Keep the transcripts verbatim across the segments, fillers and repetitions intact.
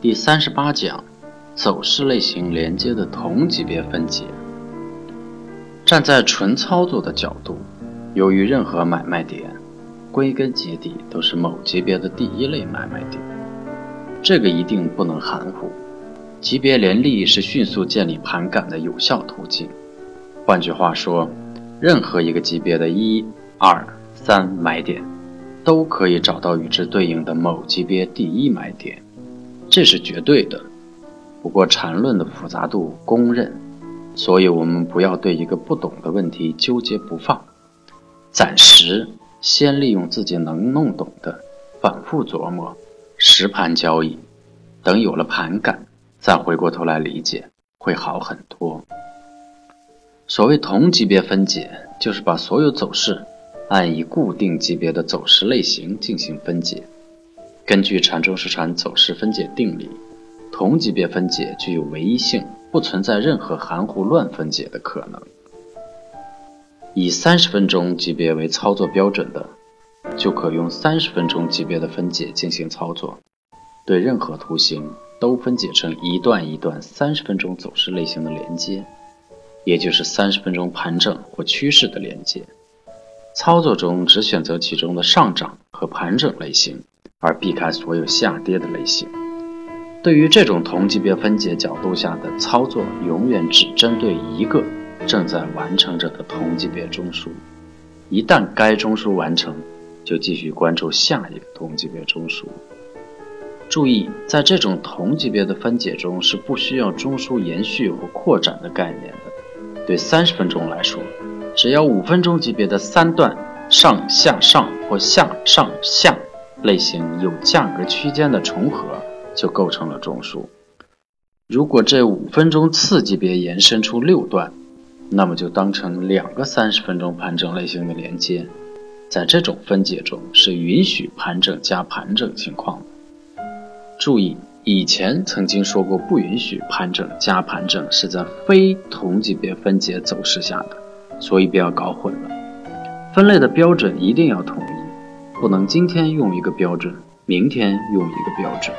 第三十八讲，走势类型连接的同级别分解。站在纯操作的角度，由于任何买卖点归根结底都是某级别的第一类买卖点，这个一定不能含糊。级别联立是迅速建立盘感的有效途径。换句话说，任何一个级别的一、二、三买点都可以找到与之对应的某级别第一买点，这是绝对的。不过缠论的复杂度公认，所以我们不要对一个不懂的问题纠结不放，暂时先利用自己能弄懂的反复琢磨，实盘交易，等有了盘感再回过头来理解，会好很多。所谓同级别分解，就是把所有走势按一固定级别的走势类型进行分解。根据缠中实缠走势分解定理，同级别分解具有唯一性，不存在任何含糊乱分解的可能。以三十分钟级别为操作标准的，就可用三十分钟级别的分解进行操作，对任何图形都分解成一段一段三十分钟走势类型的连接，也就是三十分钟盘整或趋势的连接。操作中只选择其中的上涨和盘整类型，而避开所有下跌的类型。对于这种同级别分解角度下的操作，永远只针对一个正在完成着的同级别中枢，一旦该中枢完成，就继续关注下一个同级别中枢。注意，在这种同级别的分解中是不需要中枢延续或扩展的概念的。对三十分钟来说，只要五分钟级别的三段上下上或下上下类型有价格区间的重合，就构成了中枢。如果这五分钟次级别延伸出六段，那么就当成两个三十分钟盘整类型的连接。在这种分解中是允许盘整加盘整情况的。注意，以前曾经说过不允许盘整加盘整是在非同级别分解走势下的，所以不要搞混了。分类的标准一定要统一，不能今天用一个标准，明天用一个标准。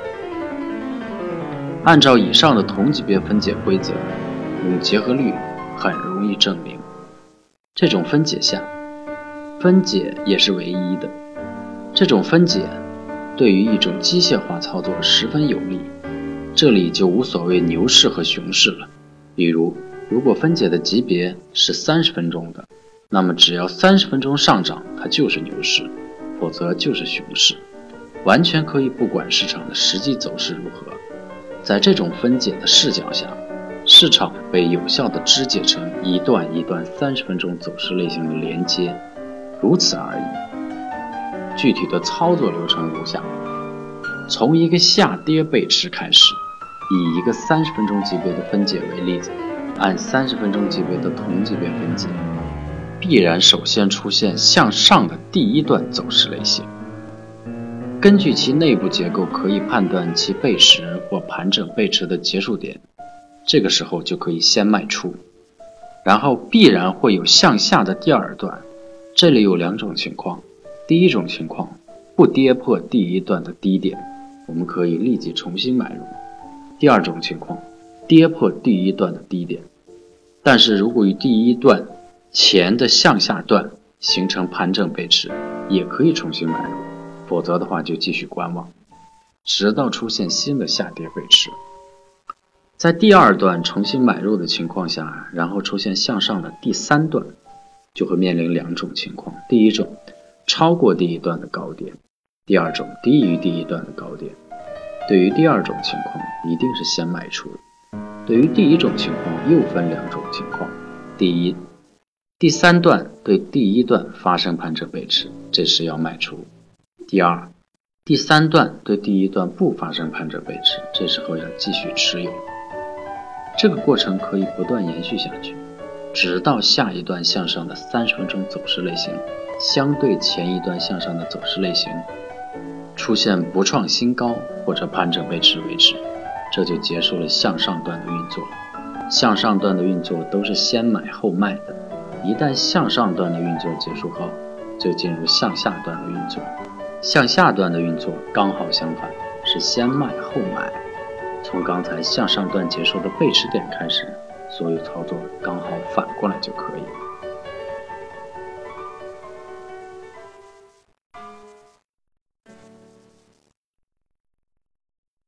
按照以上的同级别分解规则，用结合律很容易证明。这种分解下，分解也是唯一的。这种分解对于一种机械化操作十分有利，这里就无所谓牛市和熊市了。比如，如果分解的级别是三十分钟的，那么只要三十分钟上涨，它就是牛市，否则就是熊市，完全可以不管市场的实际走势如何。在这种分解的视角下，市场被有效地肢解成一段一段三十分钟走势类型的连接，如此而已。具体的操作流程如下：从一个下跌背驰开始，以一个三十分钟级别的分解为例子，按三十分钟级别的同级别分解，必然首先出现向上的第一段走势类型。根据其内部结构可以判断其背驰或盘整背驰的结束点，这个时候就可以先卖出。然后必然会有向下的第二段，这里有两种情况。第一种情况，不跌破第一段的低点，我们可以立即重新买入。第二种情况，跌破第一段的低点，但是如果与第一段前的向下段形成盘整背驰，也可以重新买入，否则的话就继续观望，直到出现新的下跌背驰。在第二段重新买入的情况下，然后出现向上的第三段，就会面临两种情况。第一种，超过第一段的高点；第二种，低于第一段的高点。对于第二种情况，一定是先卖出。对于第一种情况，又分两种情况。第一，第三段对第一段发生盘整背驰，这时要卖出。第二，第三段对第一段不发生盘整背驰，这时候要继续持有。这个过程可以不断延续下去，直到下一段向上的三十分钟走势类型相对前一段向上的走势类型出现不创新高或者盘整背驰为止，这就结束了向上段的运作。向上段的运作都是先买后卖的，一旦向上段的运作结束后，就进入向下段的运作。向下段的运作刚好相反， 是先卖后买。从刚才向上段结束的背驰点开始，所有操作刚好反过来就可以了。